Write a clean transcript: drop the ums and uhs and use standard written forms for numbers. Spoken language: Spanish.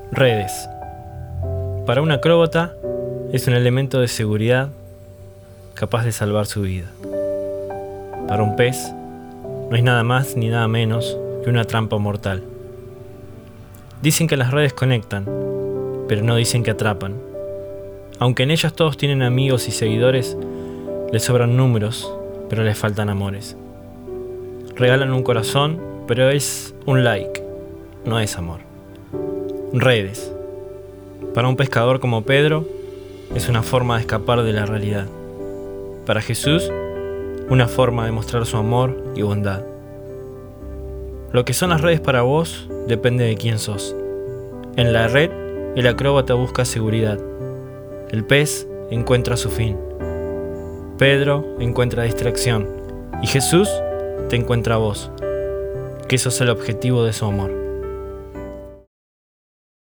Redes. Para un acróbata es un elemento de seguridad capaz de salvar su vida. Para un pez no es nada más ni nada menos que una trampa mortal. Dicen que las redes conectan, pero no dicen que atrapan. Aunque en ellas todos tienen amigos y seguidores, les sobran números, pero les faltan amores. Regalan un corazón, pero es un like, no es amor. Redes. Para un pescador como Pedro, es una forma de escapar de la realidad. Para Jesús, una forma de mostrar su amor y bondad. Lo que son las redes para vos depende de quién sos. En la red, el acróbata busca seguridad. El pez encuentra su fin. Pedro encuentra distracción. Y Jesús te encuentra a vos, que sos el objetivo de su amor.